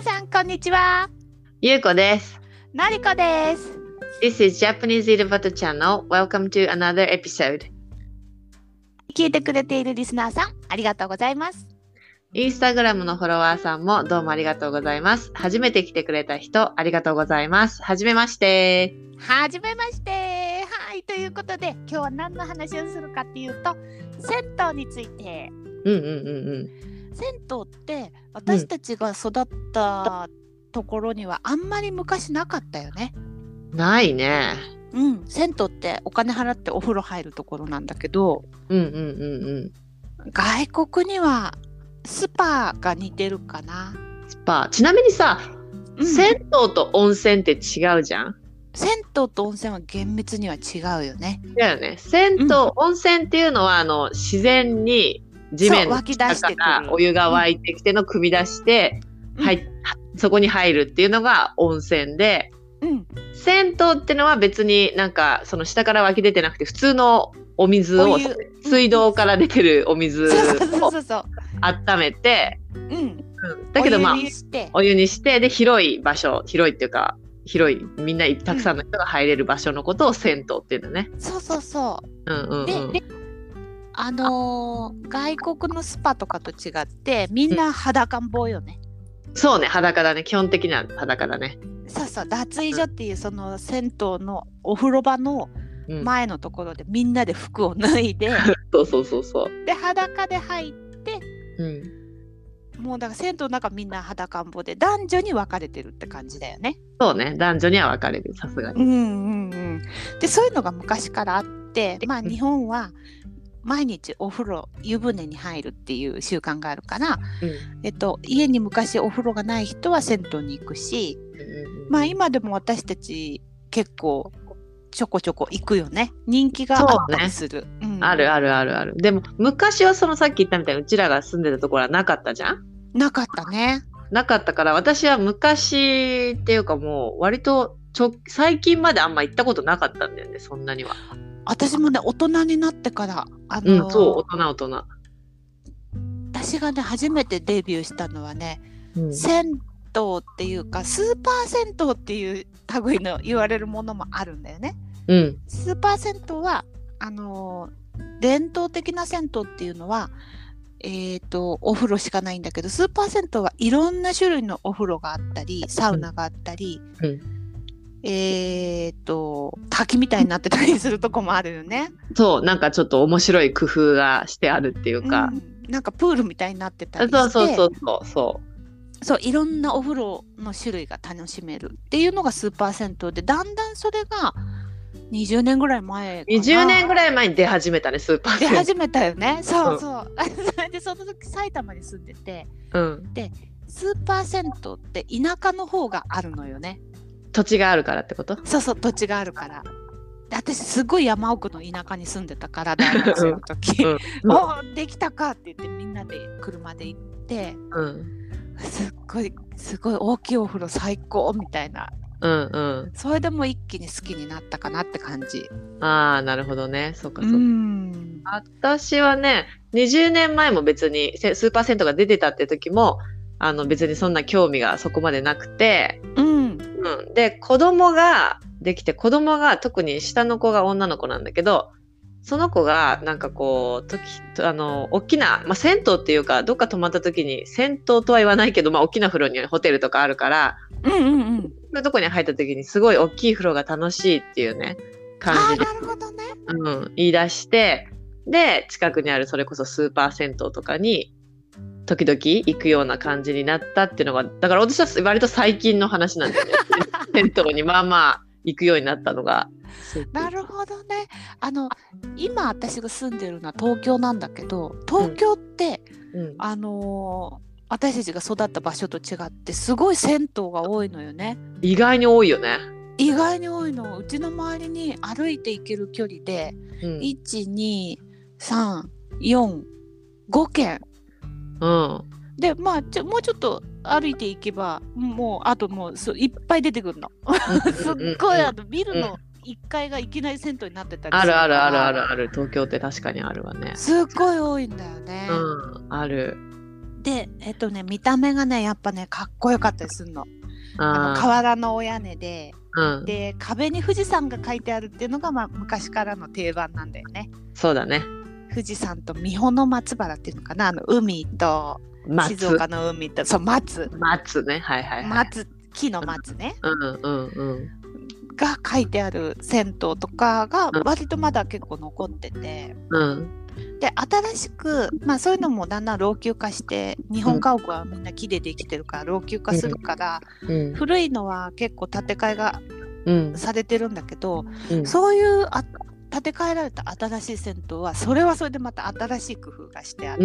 さんこんにちは。 ゆうこです。 のりこです。 This is Japanese Iruvato Channel. Welcome to another episode. 聞いてくれているリスナーさんありがとうございます。 インスタグラムのフォロワーさんもどうもありがとうございます。初めて来てくれた人ありがとうございます。はじめまして。 はじめまして。はい、ということで今日は何の話をするかっていうと、銭湯について。銭湯って私たちが育ったところにはあんまり昔なかったよね。 ないね。 銭湯ってお金払ってお風呂入るところなんだけど、外国にはスパが似てるかな。 スパ。ちなみにさ、銭湯と温泉って違うじゃん。 銭湯と温泉は厳密には違うよね。 だよね。銭湯、温泉っていうのは自然に地面の下からお湯が湧いてきての汲み出して、そこに入るっていうのが温泉で、銭湯ってのは別になんかその下から湧き出てなくて普通のお水を水道から出てるお水を温めて、だけどお湯にしてで広い場所、広いっていうかみんなたくさんの人が入れる場所のことを銭湯っていうのね。 で外国のスパとかと違ってみんな裸ん坊よね。 そうね、裸だね。基本的には裸だね。 そう脱衣所っていうその銭湯のお風呂場の前のところでみんなで服を脱いで、で裸で入って、もうだから銭湯の中みんな裸ん坊で男女に分かれてるって感じだよね。 そうね、男女には分かれる、さすがに。 でそういうのが昔からあって、日本は毎日お風呂湯船に入るっていう習慣があるから、家に昔お風呂がない人は銭湯に行くし、今でも私たち結構ちょこちょこ行くよね。人気があったりする。 ある。でも昔はさっき言ったみたいにうちらが住んでたところはなかったじゃん。 なかったね。 なかったから私は昔っていうかもう割と最近まであんま行ったことなかったんだよね、そんなには。 私もね、大人になってからそう大人。 私がね初めてデビューしたのはね、銭湯っていうかスーパー銭湯っていう類の言われるものもあるんだよね。スーパー銭湯は伝統的な銭湯っていうのはお風呂しかないんだけど、スーパー銭湯はいろんな種類のお風呂があったりサウナがあったり、滝みたいになってたりするとこもあるよね。 そう、なんかちょっと面白い工夫がしてあるっていうか、 なんかプールみたいになってたりして、そういろんなお風呂の種類が楽しめるっていうのがスーパー銭湯で、だんだんそれが20年ぐらい前かな。 20年ぐらい前に出始めたね、スーパー銭湯。 出始めたよね。そうでその時埼玉に住んでて、でスーパー銭湯って田舎の方があるのよね。 土地があるからってこと？ そう土地があるから。で私すごい山奥の田舎に住んでたから大学生の時おできたかって言ってみんなで車で行って、すごい大きいお風呂最高みたいな、それでも一気に好きになったかなって感じ。 ああ、なるほどね。そうか。私はね、20年前も別にスーパー銭湯が出てたって時も別にそんな興味がそこまでなくて、で子供ができて、子供が特に下の子が女の子なんだけど、その子がなんかこう大きな、銭湯っていうかどっか泊まった時に、銭湯とは言わないけど、大きな風呂にホテルとかあるから、そういうとこに入った時にすごい大きい風呂が楽しいっていうね感じで、言い出して、で近くにあるそれこそスーパー銭湯とかに時々行くような感じになったっていうのが、だから私は割と最近の話なんだよね。銭湯に行くようになったのが。 なるほどね。今私が住んでるのは東京なんだけど、東京って、私たちが育った場所と違ってすごい銭湯が多いのよね。 意外に多いよね。 意外に多いの。うちの周りに歩いて行ける距離で、1,2,3,4,5軒。でもうちょっと歩いていけばあといっぱい出てくるの。すっごいビルの1階がいきなり銭湯になってたりする。 ある。東京って確かにあるわね。 すっごい多いんだよね。 ある。 で見た目がねやっぱねかっこよかったりするの。瓦のお屋根で、で壁に富士山が書いてあるっていうのが、昔からの定番なんだよね。 そうだね。 富士山と三保の松原っていうのかな、海と静岡の海と松ね、はいはいはい、 松、木の松ね、が書いてある銭湯とかが割とまだ結構残ってて、で新しく、そういうのもだんだん老朽化して、日本家屋はみんな木でできてるから老朽化するから、古いのは結構建て替えがされてるんだけど、そういう建て替えられた新しい銭湯はそれはそれでまた新しい工夫がしてあって、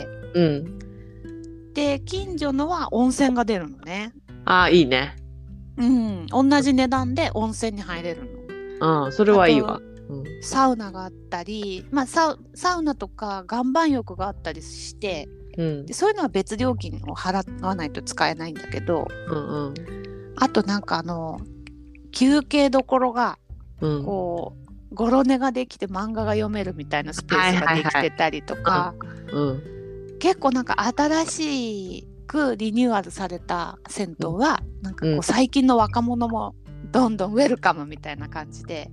で近所のは温泉が出るのね。 いいね。 同じ値段で温泉に入れるの。それはいいわ。 サウナがあったり、サウナとか岩盤浴があったりして、でそういうのは別料金を払わないと使えないんだけど、あとなんか休憩どころがこうゴロ寝ができて漫画が読めるみたいなスペースができてたりとか、結構なんか新しくリニューアルされた銭湯はなんかこう最近の若者もどんどんウェルカムみたいな感じで、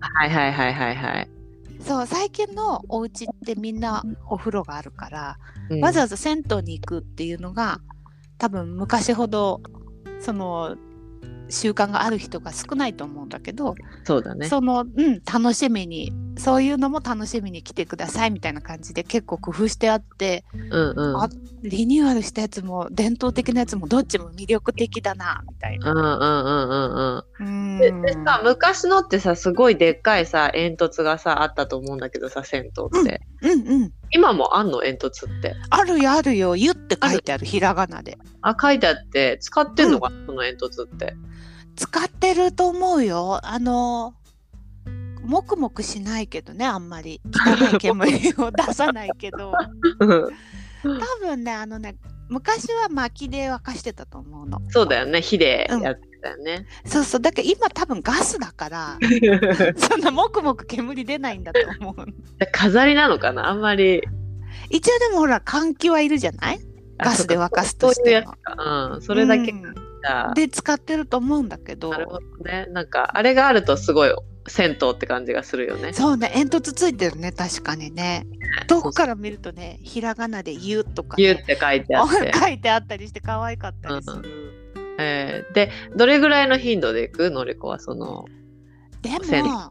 そう最近のお家ってみんなお風呂があるから、わざわざ銭湯に行くっていうのが多分昔ほどその習慣がある人が少ないと思うんだけど、 そうだね。 楽しみに、そういうのも楽しみに来てくださいみたいな感じで結構工夫してあって、リニューアルしたやつも伝統的なやつもどっちも魅力的だなみたいな。 でさ、昔のってさ、すごいでっかいさ煙突がさあったと思うんだけどさ、銭湯って、今もあんの煙突って？ あるよあるよ、湯って書いてある、ひらがなで。 書いてあって使ってんのかな、その煙突って。 使ってると思うよ。もくもくしないけどね、あんまり汚い煙を出さないけど多分ね昔は薪で沸かしてたと思うの。 そうだよね、火でやってたよね。 そうそう、だから今多分ガスだからそんなもくもく煙出ないんだと思う。 飾りなのかな、あんまり。 一応でもほら換気はいるじゃない、ガスで沸かすとしても。 それだけで使ってると思うんだけど。 なるほどね。なんかあれがあるとすごい銭湯って感じがするよね。 そうね、煙突ついてるね、確かにね。遠くから見るとね、ひらがなで湯とか、 湯って書いてあって書いてあったりして可愛かったりする。 でどれぐらいの頻度で行くのりこはその？ でも、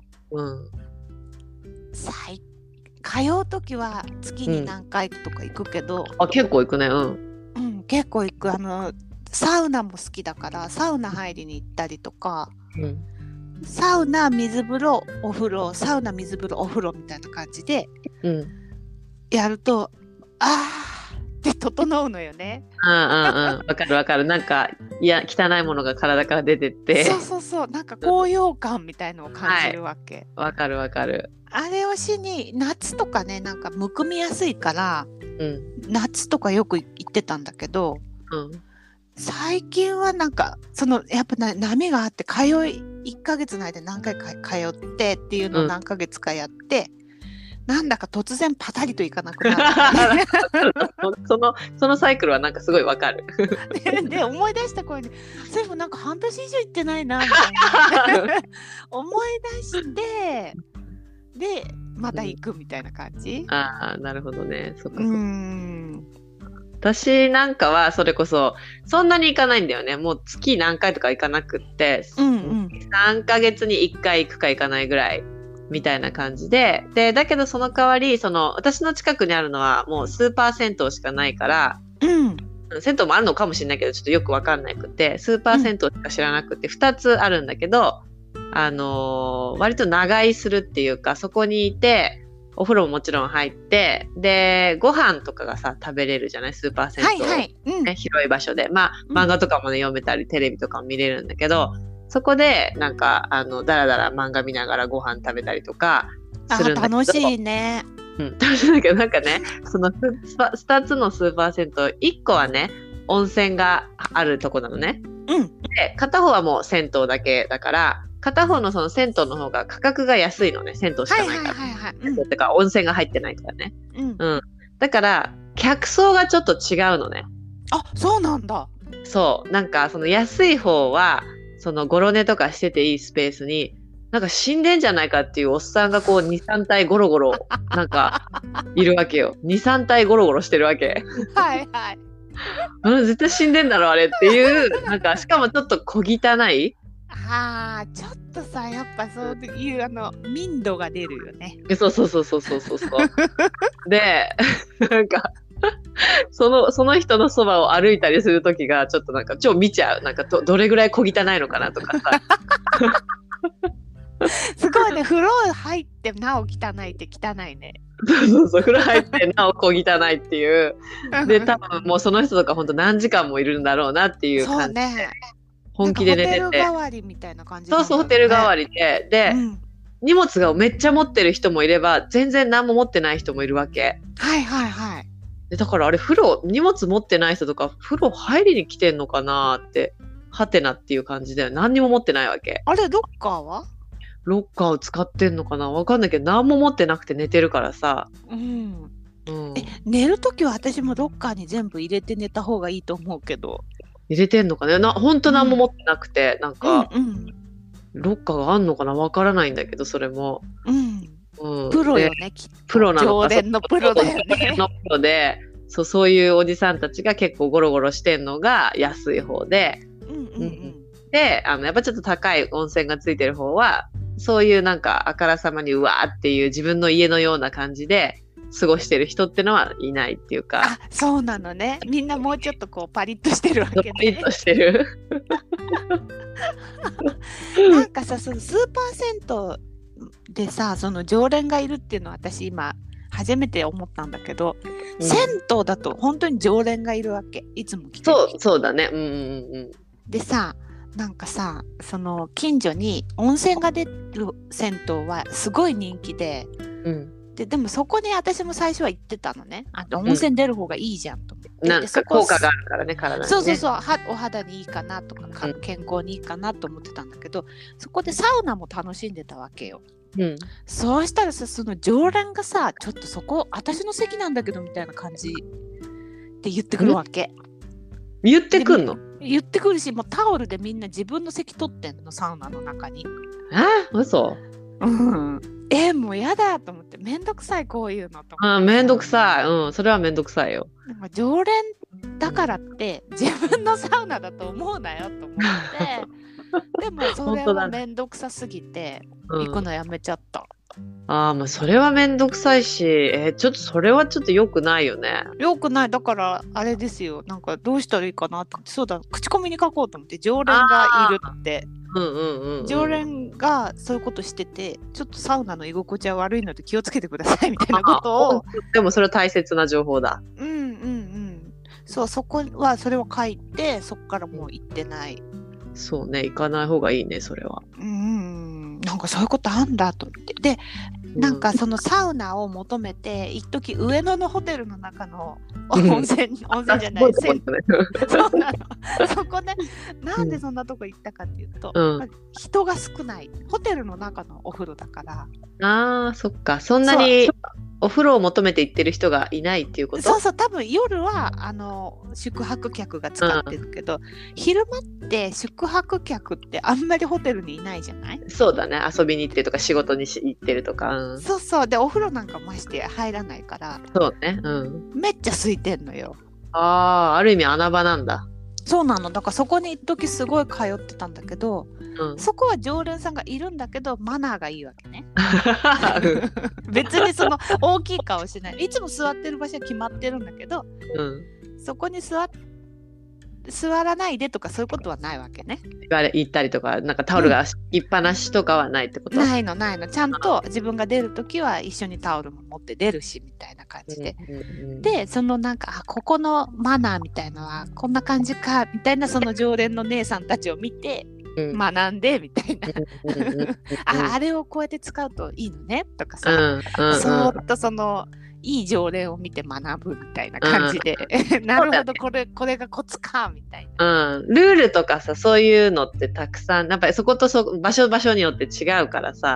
通う時は月に何回とか行くけど、 結構行くね。 結構行く。サウナも好きだからサウナ入りに行ったりとか、サウナ水風呂お風呂、サウナ水風呂お風呂みたいな感じでやると、って整うのよね。 わかるわかる。なんか汚いものが体から出てって、 そうなんか高揚感みたいのを感じるわけ。 わかるわかる。 あれをしに夏とかね、なんかむくみやすいから、夏とかよく行ってたんだけど、最近はなんかやっぱ波があって、1ヶ月の間何回か通ってっていうのを何ヶ月かやって、なんだか突然パタリといかなくなるそのサイクルはなんかすごいわかるで思い出した声に、それもなんか半年以上行ってないなみたいな思い出して、でまた行くみたいな感じ。 なるほどね。そっかそっか。私なんかはそれこそそんなに行かないんだよね。もう月何回とか行かなくって、3ヶ月に1回行くか行かないぐらいみたいな感じで、だけどその代わり私の近くにあるのはもうスーパー銭湯しかないから、銭湯もあるのかもしれないけどちょっとよく分かんなくて、スーパー銭湯しか知らなくて2つあるんだけど、割と長居するっていうか、そこにいてお風呂ももちろん入って、でご飯とかがさ食べれるじゃない、スーパー銭湯、広い場所で、漫画とかもね読めたりテレビとかも見れるんだけど、そこでなんかだらだら漫画見ながらご飯食べたりとかするんだけど、 楽しいね。 楽しいんだけど、なんかね、その2つのスーパー銭湯、1個はね温泉があるとこなのね。で片方はもう銭湯だけだから、片方のその銭湯の方が価格が安いのね、銭湯しかないから。てか温泉が入ってないからね。だから客層がちょっと違うのね。 あ、そうなんだ。 そう、なんかその安い方はそのゴロ寝とかしてていいスペースに、なんか死んでんじゃないかっていうおっさんがこう2、3体ゴロゴロなんかいるわけよ。2、3体ゴロゴロしてるわけ。 はいはい。 絶対死んでんだろあれっていう、なんかしかもちょっと小汚い。 ああ、ちょっとさ、やっぱそういう民度が出るよね。 そうそうそうそうそうそう。で、なんかその人のそばを歩いたりするときがちょっとなんか超見ちゃう。なんかどれぐらい小汚いのかなとかさ。 すごいね、風呂入ってなお汚いって汚いね。 そう風呂入ってなお小汚いっていう。で、多分もうその人とか本当何時間もいるんだろうなっていう感じで、ね、本気で寝てて。 ホテル代わりみたいな感じ、 ね、そうそう、ホテル代わりで、荷物がめっちゃ持ってる人もいれば、全然何も持ってない人もいるわけ。 はいはいはい。 でだからあれ荷物持ってない人とか風呂入りに来てんのかなって、はてなっていう感じで何にも持ってないわけ。 あれ、ロッカーはロッカーを使ってんのかな、わかんないけど何も持ってなくて寝てるからさ。 寝るときは私もロッカーに全部入れて寝た方がいいと思うけど。 入れてんのかね。ほんと何も持ってなくて、なんか、ロッカーがあんのかな、わからないんだけど、それも。 プロよね、きっと。 プロなのか。 常連のプロだよね。 のプロで、そういうおじさんたちが結構ゴロゴロしてんのが安い方で、で、やっぱちょっと高い温泉がついてる方は、そういうなんかあからさまにうわーっていう自分の家のような感じで過ごしてる人ってのはいないっていうか。 あ、そうなのね。みんなもうちょっとこうパリッとしてるわけね。 パリッとしてる。 なんかさ、そのスーパー銭湯でさ、その常連がいるっていうのは私今初めて思ったんだけど、銭湯だと本当に常連がいるわけ。いつも来てる人。 そうだね。 でさ、なんかさ、その近所に温泉が出る銭湯はすごい人気で、でもそこに私も最初は行ってたのね。温泉出る方がいいじゃんと思って。 なんか効果があるからね、体にね。 そうお肌にいいかなとか、健康にいいかなと思ってたんだけど、そこでサウナも楽しんでたわけよ。そうしたらさ、その常連がさ、ちょっとそこ私の席なんだけどみたいな感じって言ってくるわけ。 言ってくんの？ 言ってくるし、もうタオルでみんな自分の席取ってんの、サウナの中に。 嘘？ もうやだと思って、めんどくさいこういうのと思って。 めんどくさい。それはめんどくさいよ。 常連だからって自分のサウナだと思うなよと思ってでもそれはめんどくさすぎて行くのやめちゃった。 まあそれはめんどくさいし、ちょっとそれはちょっと良くないよね。 良くない。だからあれですよ、なんかどうしたらいいかなって、そうだ、口コミに書こうと思って、常連がいるって。常連がそういうことしてて、ちょっとサウナの居心地は悪いので気をつけてくださいみたいなことを。 でもそれは大切な情報だ。 そう、そこはそれを書いて、そこからもう行ってない。 そうね、行かない方がいいね、それは。 なんかそういうことあんだと思って。で、なんかそのサウナを求めて一時上野のホテルの中の温泉じゃない銭湯、そうなの。そこね、なんでそんなとこ行ったかっていうと、人が少ないホテルの中のお風呂だから。 そっか、そんなにお風呂を求めて行ってる人がいないっていうこと？ そう、多分夜は宿泊客が使ってるけど、昼間って宿泊客ってあんまりホテルにいないじゃない？ そうだね、遊びに行ってるとか仕事に行ってるとか、 そうで、お風呂なんかまして入らないから、 そうね、 めっちゃ空いてんのよ。 ある意味穴場なんだ。 そうなの。だからそこに一時すごい通ってたんだけど、そこは常連さんがいるんだけどマナーがいいわけね。別にその大きい顔しない。いつも座ってる場所は決まってるんだけど、そこに座らないでとかそういうことはないわけね。 言ったりとか、なんかタオルが置きっぱなしとかはないってこと？ ないの。ちゃんと自分が出るときは一緒にタオルも持って出るしみたいな感じで、でそのなんかここのマナーみたいのはこんな感じかみたいな、その常連の姉さんたちを見て学んでみたいなあれをこうやって使うといいのねとかさ、そーっとそのいい常連を見て学ぶみたいな感じで、なるほど、これがコツかみたいな、 ルールとかさ、そういうのってたくさんやっぱりそこと場所によって違うからさ、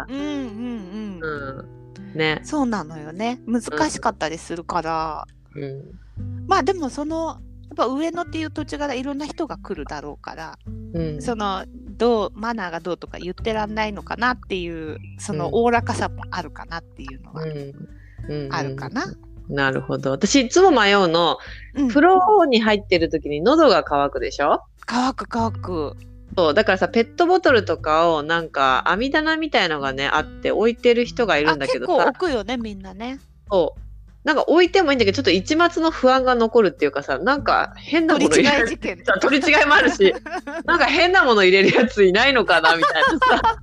ね、 そうなのよね。難しかったりするから、まあでもそのぱ上野っていう土地柄いろんな人が来るだろうから、そのマナーがどうとか言ってらんないのかなっていうそのおおらかさもあるかなっていうのはあるかな。 なるほど。私いつも迷うの、風呂に入ってる時に喉が渇くでしょ？ 渇く。 そうだからさ、ペットボトルとかをなんか網棚みたいのがねあって置いてる人がいるんだけどさ、 結構置くよねみんなね。 そうなんか置いてもいいんだけど、ちょっと一抹の不安が残るっていうかさ、なんか変なもの入れる取り違いもあるしなんか変なもの入れるやついないのかなみたいなさ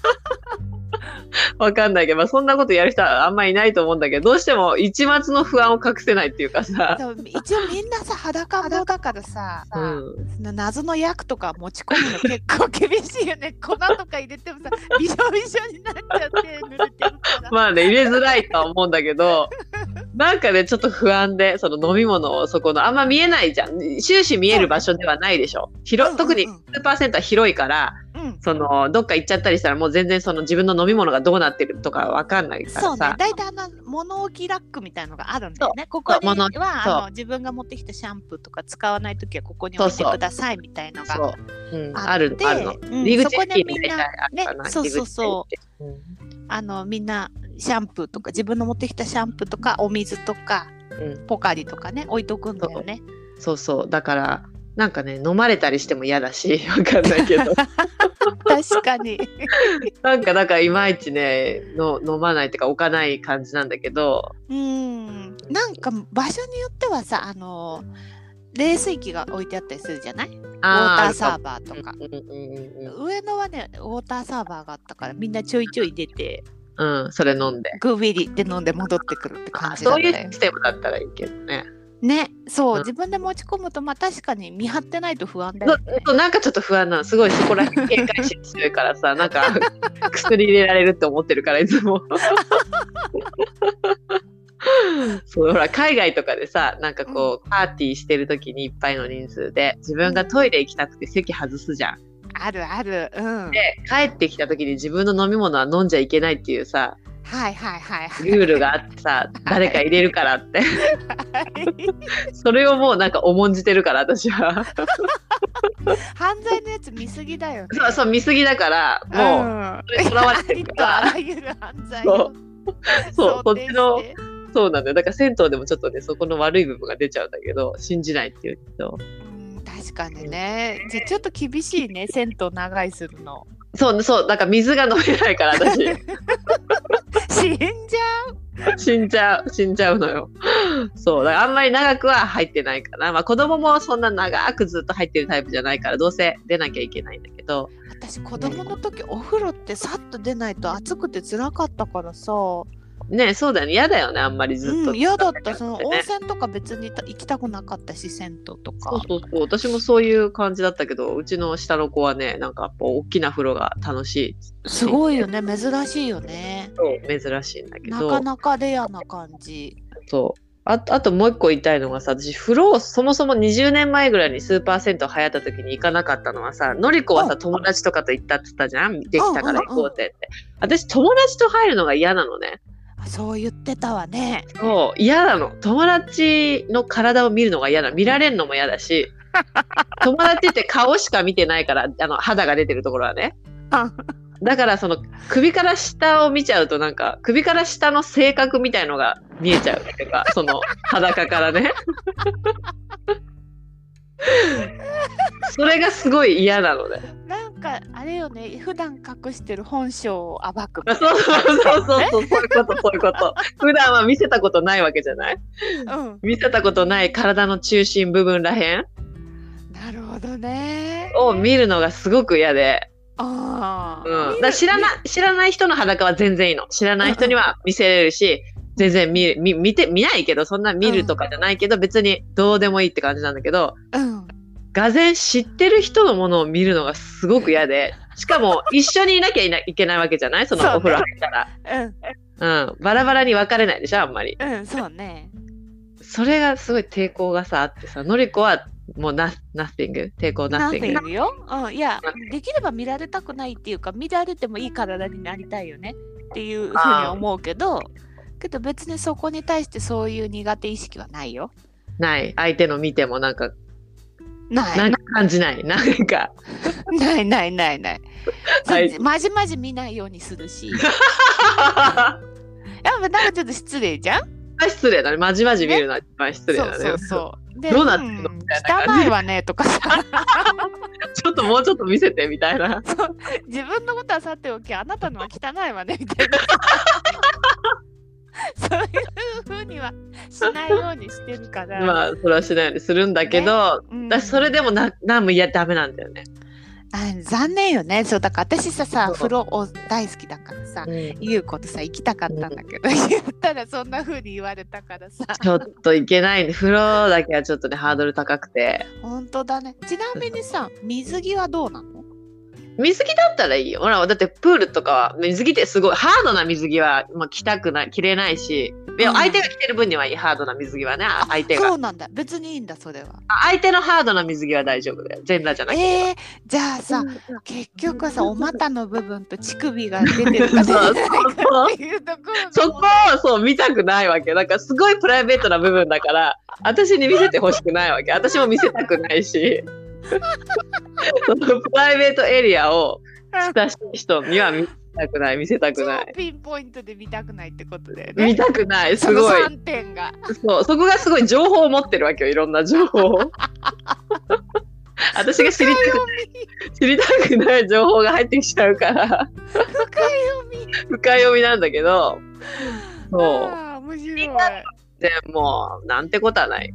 わかんないけど、そんなことやる人はあんまりいないと思うんだけど、どうしても一抹の不安を隠せないっていうかさ、 一応みんなさ裸ん坊だからさ、謎の薬とか持ち込むの結構厳しいよね。粉とか入れてもさびしょびしょになっちゃって濡れてるから。 まあね、入れづらいとは思うんだけどなんかねちょっと不安で、その飲み物をそこのあんま見えないじゃん、終始見える場所ではないでしょ。特にスーパーセントは広いから、そのどっか行っちゃったりしたらもう全然その自分の飲み物がどうなってるとかわかんないからさ。 そうね、だいたい物置ラックみたいのがあるんだよね。ここには自分が持ってきたシャンプーとか使わないときはここに置いてくださいみたいのがあるの。入り口付近みたいなね、 そうみんなシャンプーとか自分の持ってきたシャンプーとかお水とか、ポカリとかね置いとくんだよね。 そうだからなんかね飲まれたりしても嫌だし、わかんないけど確かになんかだからいまいちね飲まないっていうか置かない感じなんだけど、 なんか場所によってはさ冷水器が置いてあったりするじゃない？ウォーターサーバーとか、上野はねウォーターサーバーがあったからみんなちょいちょい出て、 それ飲んでグビリって飲んで戻ってくるって感じだったよ。 そういうシステムだったらいいけどね。 そう、自分で持ち込むと確かに見張ってないと不安だよね。 なんかちょっと不安なの、すごいそこら辺警戒心強いからさなんか薬入れられるって思ってるからいつもそうほら海外とかでさなんかこう、パーティーしてる時にいっぱいの人数で自分がトイレ行きたくて席外すじゃん。 ある、 で帰ってきた時に自分の飲み物は飲んじゃいけないっていうさ、ルールがあってさ誰か入れるからってそれをもうなんか重んじてるから私は犯罪のやつ見すぎだよね。 そう見すぎだからもうそれとらわれてるからあらゆる犯罪そうこっちのそうなんだよ。だから銭湯でもちょっとねそこの悪い部分が出ちゃうんだけど信じないっていうと、 確かにね。じゃあちょっと厳しいね銭湯長居するの。 そうだから水が飲めないから私死んじゃうのよ。そうだからあんまり長くは入ってないかな。まあ子供もそんな長くずっと入ってるタイプじゃないからどうせ出なきゃいけないんだけど、 私子供の時、お風呂ってさっと出ないと暑くて辛かったからさね、そうだよね、嫌だよねあんまりずっと、 嫌だった。その温泉とか別に行きたくなかったし銭湯とか。 そう私もそういう感じだったけど、うちの下の子はねなんかやっぱ大きな風呂が楽しい。 すごいよね、珍しいよね。 そう珍しいんだけどなかなかレアな感じ。 そうあともう一個言いたいのがさ、私風呂そもそも20年前ぐらいにスーパー銭湯流行った時に行かなかったのはさ、のりこはさ友達とかと行ったって言ったじゃん、できたから行こうって、私友達と入るのが嫌なのね。 そう言ってたわね。 そう嫌なの、友達の体を見るのが嫌だ、見られるのも嫌だし友達って顔しか見てないから肌が出てるところはねだからその首から下を見ちゃうとなんか首から下の性格みたいのが見えちゃうっていうかその裸からねそれがすごい嫌なのね。 なんかあれよね、普段隠してる本性を暴くみたいな、 そうそういうこと普段は見せたことないわけじゃない、見せたことない体の中心部分らへん、 なるほどね、 を見るのがすごく嫌で、だ知らない人の裸は全然いいの。知らない人には見せれるし、全然見ないけど、そんな見るとかじゃないけど、別にどうでもいいって感じなんだけど、がぜ知ってる人のものを見るのがすごく嫌で、しかも一緒にいなきゃいけないわけじゃない、そのお風呂入ったら。バラバラに分かれないでしょあんまり。 そうね。 それがすごい抵抗がさあってさ、のりこはもうnothing 抵抗 nothing よ。いやできれば見られたくないっていうか、見られてもいい体になりたいよねっていうふうに思うけど別にそこに対してそういう苦手意識はないよ。 ない。相手の見てもなんかない感じない。なんかない。はい、まじまじ見ないようにするし。やっぱなんかちょっと失礼じゃん。 失礼だね。まじまじ見るのは一番失礼だね。 そうでどうなってんのみたいな感じ。 汚いわねとかさ。 ちょっともうちょっと見せてみたいな。 自分のことはさておき、あなたのは汚いわねみたいな。そういう風にはしないようにしてるから。 まあそれはしないようにするんだけど、私それでもなんもダメなんだよね。 残念よね。そうだから私さ風呂大好きだからさ、優子とさ行きたかったんだけど、言ったらそんな風に言われたからさ、 ちょっと行けないんで、風呂だけはちょっとねハードル高くて。 本当だね。ちなみにさ、水着はどうなの？ 水着だったらいいよ。ほらだってプールとかは水着ってすごいハードな水着は着れないし、相手が着てる分にはいい、ハードな水着はね、相手が。そうなんだ。別にいいんだそれは。 相手のハードな水着は大丈夫だよ。全裸じゃなくて。 じゃあさ、結局はさ、お股の部分と乳首が出てるか出てないかっていうところ。 そこをそう見たくないわけ。なんかすごいプライベートな部分だから、私に見せてほしくないわけ。私も見せたくないし。そのプライベートエリアを親しい人には見せたくない。 ピンポイントで見たくないってことだよね。 見たくない。すごい。 その3点が。 そこがすごい情報を持ってるわけよ。いろんな情報を。私が知りたくない情報が入ってきちゃうから。深読みなんだけど。そう。 面白い。 でもなんてことはない。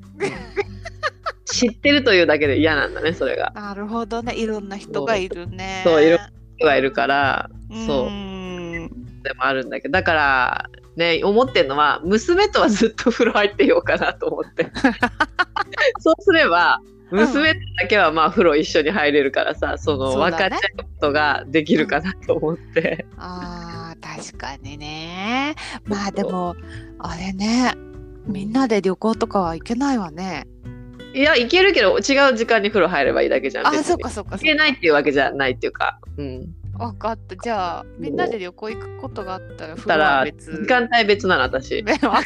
知ってるというだけで嫌なんだね、それが。 なるほどね。いろんな人がいるね。 そう、いろんな人がいるから、そう。でもあるんだけど、だからね、思ってんのは娘とはずっと風呂入ってようかなと思って。そうすれば娘だけはまあ風呂一緒に入れるからさ、その分かっちゃうことができるかなと思って。 確かにね。まあでもあれね、みんなで旅行とかは行けないわね。 いや、行けるけど違う時間に風呂入ればいいだけじゃん。 そうか。行けないっていうわけじゃないっていうか。 分かった。じゃあみんなで旅行行くことがあったら風呂は別。 時間帯別なの私。 分かった。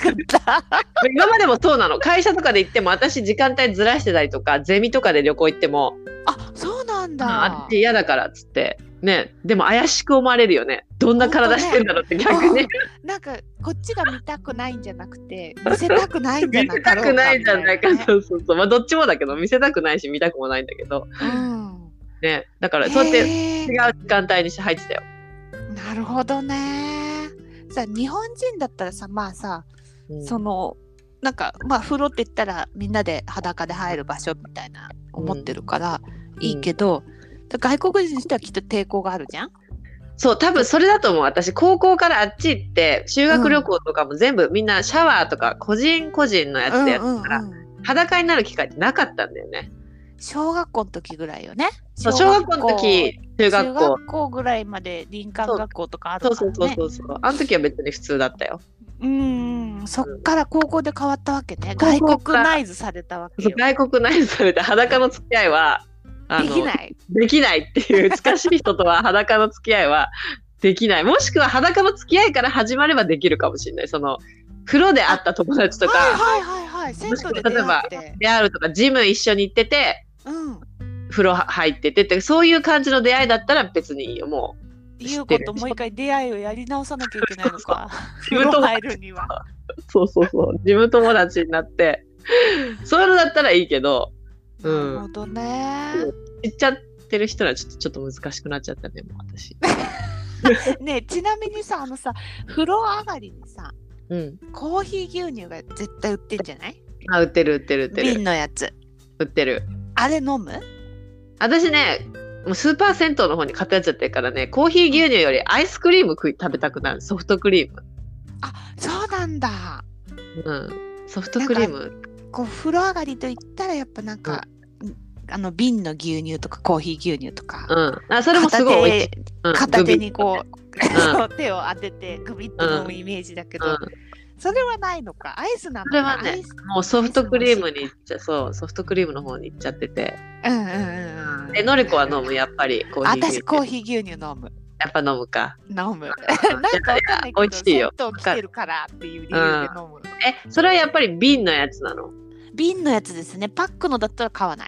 今までもそうなの。会社とかで行っても私時間帯ずらしてたりとか、ゼミとかで旅行行っても。 そうなんだ。 私嫌だからっつって。ね、でも怪しく思われるよね。どんな体してんだろうって逆に。 なんかこっちが見たくないんじゃなくて見せたくないんじゃないか見せたくないんじゃないか。そう。まあどっちもだけど、見せたくないし見たくもないんだけど。ね、だからそうやって違う時間帯にして入ってたよ。 なるほどね。さ、日本人だったらさ、まあさ、そのなんかまあ風呂って言ったらみんなで裸で入る場所みたいな思ってるからいいけど、外国人の人はきっと抵抗があるじゃん。 そう、多分それだと思う。私高校からあっち行って修学旅行とかも全部みんなシャワーとか個人のやつでやったから、裸になる機会ってなかったんだよね。 小学校の時ぐらいよね。 小学校の時、中学校ぐらいまで林間学校とかあるからね。 そう。あの時は別に普通だったよ。 そっから高校で変わったわけね。外国ナイズされたわけよ。 外国ナイズされて裸の付き合いはできないっていう近しい人とは裸の付き合いはできない。もしくは裸の付き合いから始まればできるかもしれない。その風呂で会った友達とか、 銭湯で例えば出会うとかジム一緒に行ってて、風呂入っててってそういう感じの出会いだったら別にいいよ。もういうこともう一回出会いをやり直さなきゃいけないのか。風呂入るには。 そう。自分友達になってそういうのだったらいいけど。 なるほどね。 知っちゃってる人はちょっと難しくなっちゃったね、もう私。 ね、ちなみにさ、風呂上がりにさ、コーヒー牛乳が絶対売ってんじゃない？ 売ってる。 瓶のやつ。 売ってる。 あれ飲む？ 私ね、もうスーパー銭湯の方に偏っちゃってるからね、コーヒー牛乳よりアイスクリーム食べたくなる。ソフトクリーム。 そうなんだ。 ソフトクリーム。 こう風呂上がりといったらやっぱなんか、瓶の牛乳とかコーヒー牛乳とか、 それもすごい片手にこう手を当ててグビッと飲むイメージだけど、それはないのか。アイスなのか。 それはね、もうソフトクリームに行っちゃソフトクリームの方に行っちゃってて。のりこは飲む？やっぱりコーヒー牛乳。 私コーヒー牛乳飲む。 やっぱ飲むか。 飲む。なんかわかんないけど、 美味しいよ。 銭湯来てるからっていう理由で飲む。 それはやっぱり瓶のやつなの？ 瓶のやつですね。パックのだったら買わない。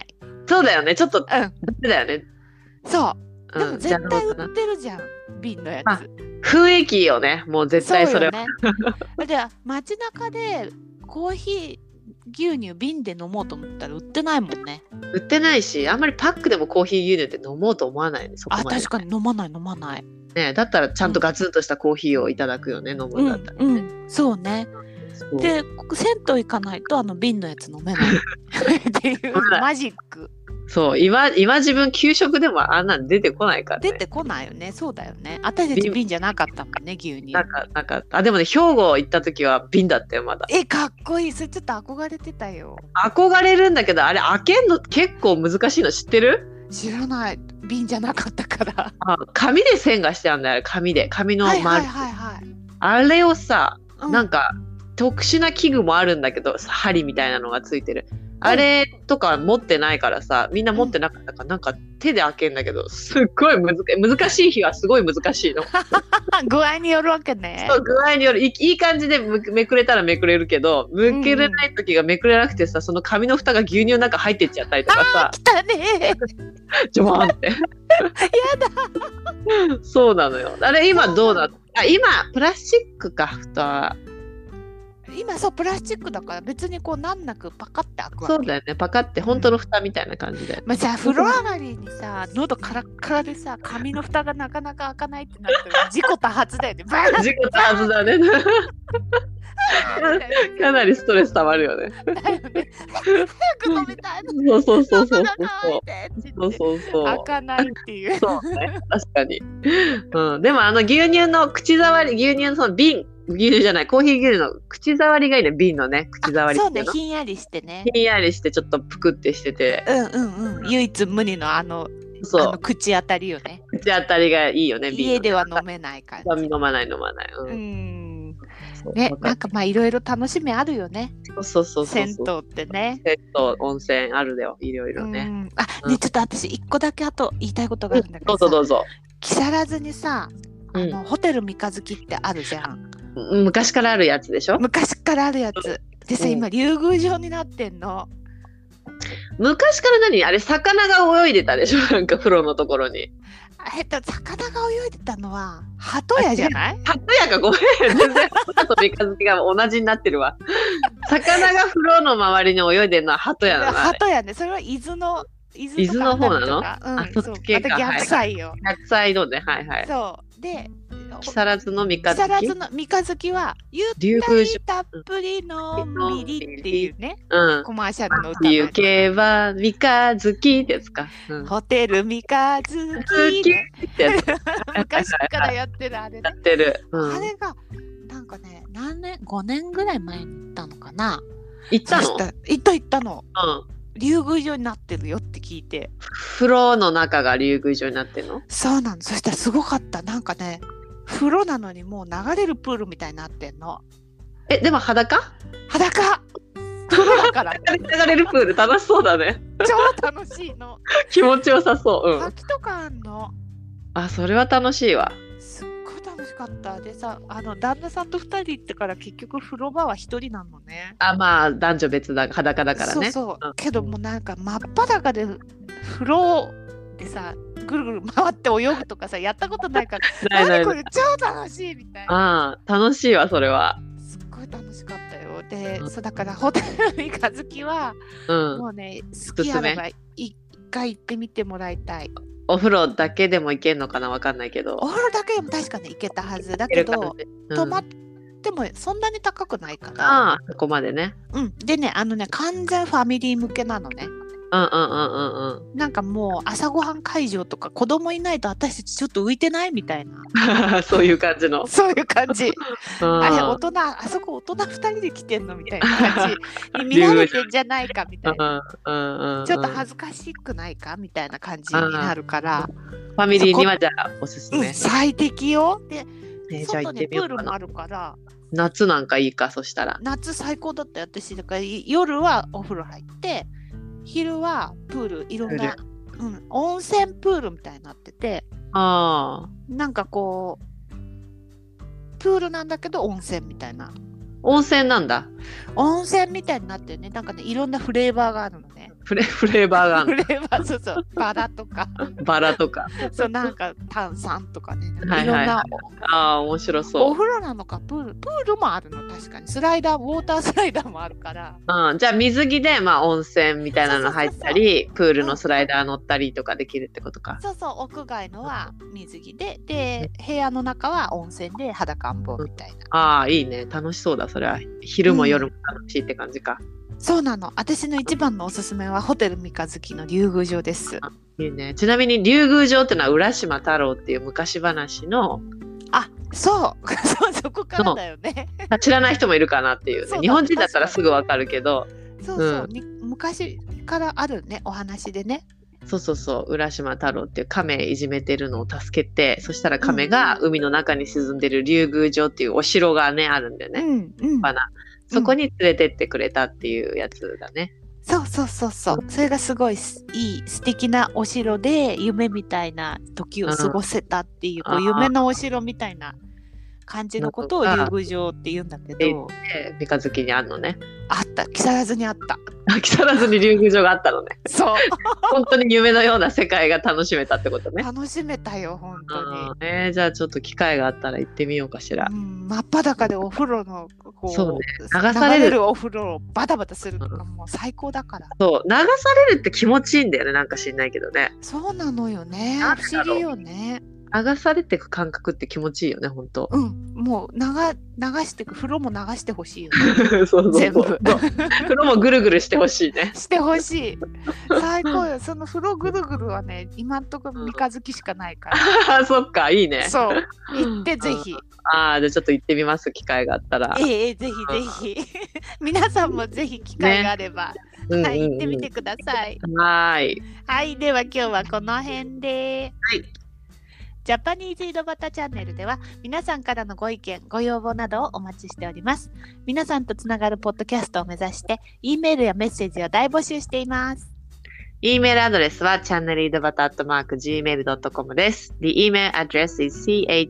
そうだよね。ちょっと、ダメだよね。 そう。でも絶対売ってるじゃん。瓶のやつ。 雰囲気いいよね。もう絶対それは。 ね、で街中でコーヒー牛乳瓶で飲もうと思ったら売ってないもんね。 売ってないし、あんまりパックでもコーヒー牛乳って飲もうと思わないね。そこまで。 確かに飲まないね、だったらちゃんとガツンとしたコーヒーをいただくよね、飲むんだったらね。 そうね。で銭湯行かないと瓶のやつ飲めないっていうマジック。 そう、今自分給食でもあんなん出てこないからね。 出てこないよね。そうだよね。私たち瓶じゃなかったもんね、牛乳。 なんかでもね、兵庫行った時は瓶だったよ、まだ。 かっこいい。それちょっと憧れてたよ。 憧れるんだけど、あれ開けんの結構難しいの知ってる？ 知らない。瓶じゃなかったから。 紙で線がしてあるんだよ、紙の丸。あれをさ、なんか特殊な器具もあるんだけど、針みたいなのがついてる。あれとか持ってないからさ、みんな持ってなかったから、なんか手で開けんだけど、すっごい難しい日はすごい難しいの。 具合によるわけね。 そう、具合による。いい感じでめくれたらめくれるけど、めくれない時がめくれなくてさ、その紙の蓋が牛乳の中入ってっちゃったりとかさ。 来たねジョバーンって。やだ。そうなのよ。あれ今どうなの？今プラスチックか、蓋。 今そうプラスチックだから別にこう難なくパカって開くわけ。 そうだよね、パカって本当の蓋みたいな感じで。 じゃあ風呂上がりにさ、喉カラッカラでさ、紙の蓋がなかなか開かないってなったら事故多発だよね。 事故多発だね。かなりストレス溜まるよね。 早く飲みたいの。そう。 開かないっていう。 そうね、確かに。でも牛乳の口触り、牛乳のその瓶。牛乳じゃない、コーヒー牛乳の口触りがいいね、瓶のね、口触り。 そうね、ひんやりしてね。 ひんやりして、ちょっとぷくってしてて。 唯一無二の口当たりよね。 口当たりがいいよね、 家では飲めない感じ。 飲まない。 ね、なんかいろいろ楽しみあるよね。 そう。 銭湯ってね。 銭湯、温泉あるだよ、いろいろね。 ね、ちょっと私一個だけあと言いたいことがあるんだけど。 どうぞ。 木更津にさ、ホテル三日月ってあるじゃん。 昔からあるやつでしょ？ 昔からあるやつでさ、今竜宮城になってんの。 昔からあれ魚が泳いでたでしょ？なんか風呂のところに。 魚が泳いでたのは鳩屋じゃない？ 鳩屋か、ごめん。全然鳩と三日月が同じになってるわ。魚が風呂の周りに泳いでるのは鳩屋なの。 鳩屋ね。それは伊豆の方なの？そっち系か。 逆サイよ。 逆サイのね、はい。 そうで。 木更津の三日月。 木更津の三日月はゆったりたっぷりのんびりっていうね、コマーシャルの歌。 行けば三日月ってやつか。 ホテル三日月ってやつ。昔からやってるあれね。 やってる。 あれがなんかね、5年ぐらい前に行ったのかな。 行ったの？ 行ったの。竜宮城になってるよって聞いて。 風呂の中が竜宮城になってるの？ そうなの。そしたらすごかった。なんかね、風呂なのにもう流れるプールみたいになってんの。 でも裸風呂だから流れるプール楽しそうだね。 超楽しいの。 気持ちよさそう。 滝とかあんの。 それは楽しいわ。 すっごい楽しかった。でさ、旦那さんと2人行ってから結局風呂場は1人なのね。 男女別だ、裸だからね。 そう、けどもなんか真っ裸で風呂でさ、ぐるぐる回って泳ぐとかさ、やったことないから何これ超楽しいみたいな。 楽しいわ、それは。 すっごい楽しかったよ。で、そうだからホテル三日月は、もうね、好きあれば一回行ってみてもらいたい。 お風呂だけでも行けんのかな、わかんないけど。 お風呂だけでも確かに行けたはずだけど、泊まってもそんなに高くないから。 そこまでね。 でね、完全ファミリー向けなのね。なんかもう朝ごはん会場とか子供いないと私たちちょっと浮いてないみたいな。 そういう感じの。 そういう感じ。あれあそこ大人2人で来てんのみたいな感じに見られてんじゃないかみたいな。ちょっと恥ずかしくないかみたいな感じになるから。 ファミリーにはじゃあおすすめ。 最適よ。で、 じゃあ行ってみようかな。 プールもあるから。 夏なんかいいか、そしたら。 夏最高だったよ私。だから夜はお風呂入って。昼はプールいろんな、温泉プールみたいになってて、なんかこうプールなんだけど温泉みたいな。 温泉なんだ。 温泉みたいになってるね。なんかね、いろんなフレーバーがあるのね。 フレーバーがあるフレーバー、そうそう、バラとかバラとかそう、なんか炭酸とかね、 はいはいはい、 いろんな、 面白そう。 お風呂なのかプールもあるの。確かにスライダー、ウォータースライダーもあるから、 じゃあ水着で、温泉みたいなの入ったり、プールのスライダー乗ったりとかできるってことか。 そうそう、屋外のは水着で、部屋の中は温泉で裸んぼみたいな。いいね、楽しそうだ。それは昼も夜も楽しいって感じか。 そうなの。私の一番のおすすめはホテル三日月の竜宮城です。 いいね。ちなみに竜宮城ってのは浦島太郎っていう昔話の、 そうそこからだよね。 知らない人もいるかなっていうね。日本人だったらすぐわかるけど、 昔からあるね、お話でね。 そう浦島太郎っていう亀いじめてるのを助けて、そしたら亀が海の中に沈んでる竜宮城っていうお城がねあるんだよね。そこに連れてってくれたっていうやつだね。 そう。それがすごいいい素敵なお城で、夢みたいな時を過ごせたっていう、夢のお城みたいな感じのことを竜宮城って言うんだけど、 三日月にあるのね。 あった、木更津にあった。 木更津に竜宮城があったのね。 そう本当に夢のような世界が楽しめたってことね。 楽しめたよ、本当に。 じゃあちょっと機会があったら行ってみようかしら。 真っ裸でお風呂のそうね、 流されるお風呂をバタバタするのがもう最高だから。 そう、流されるって気持ちいいんだよね。なんか知んないけどね。 そうなのよね。不思議よね。 流されていく感覚って気持ちいいよね、本当。 もう流していく。風呂も流してほしいよね。そう全部。風呂もぐるぐるしてほしいね。 してほしい。最高よ。その風呂ぐるぐるはね、今んとこ三日月しかないから。 そっか、いいね。 そう。行ってぜひ。 じゃあちょっと行ってみます、機会があったら。 ぜひ。皆さんもぜひ機会があれば、行ってみてください。 はい。 では今日はこの辺で。ジャパニーズ井戸端チャンネルでは皆さんからのご意見、ご要望などをお待ちしております。皆さんとつながるポッドキャストを目指して、Eメールやメッセージを大募集しています。 Eメールアドレスは channelidobata@gmail.com です。The email address is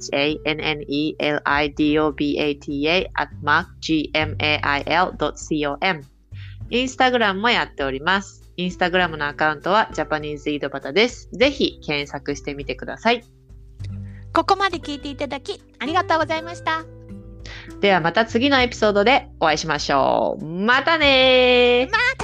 channelidobata@gmail.com。インスタグラムもやっております。インスタグラムのアカウントはジャパニーズ井戸端です。ぜひ検索してみてください。 ここまで聞いていただきありがとうございました。 ではまた次のエピソードでお会いしましょう。またねー。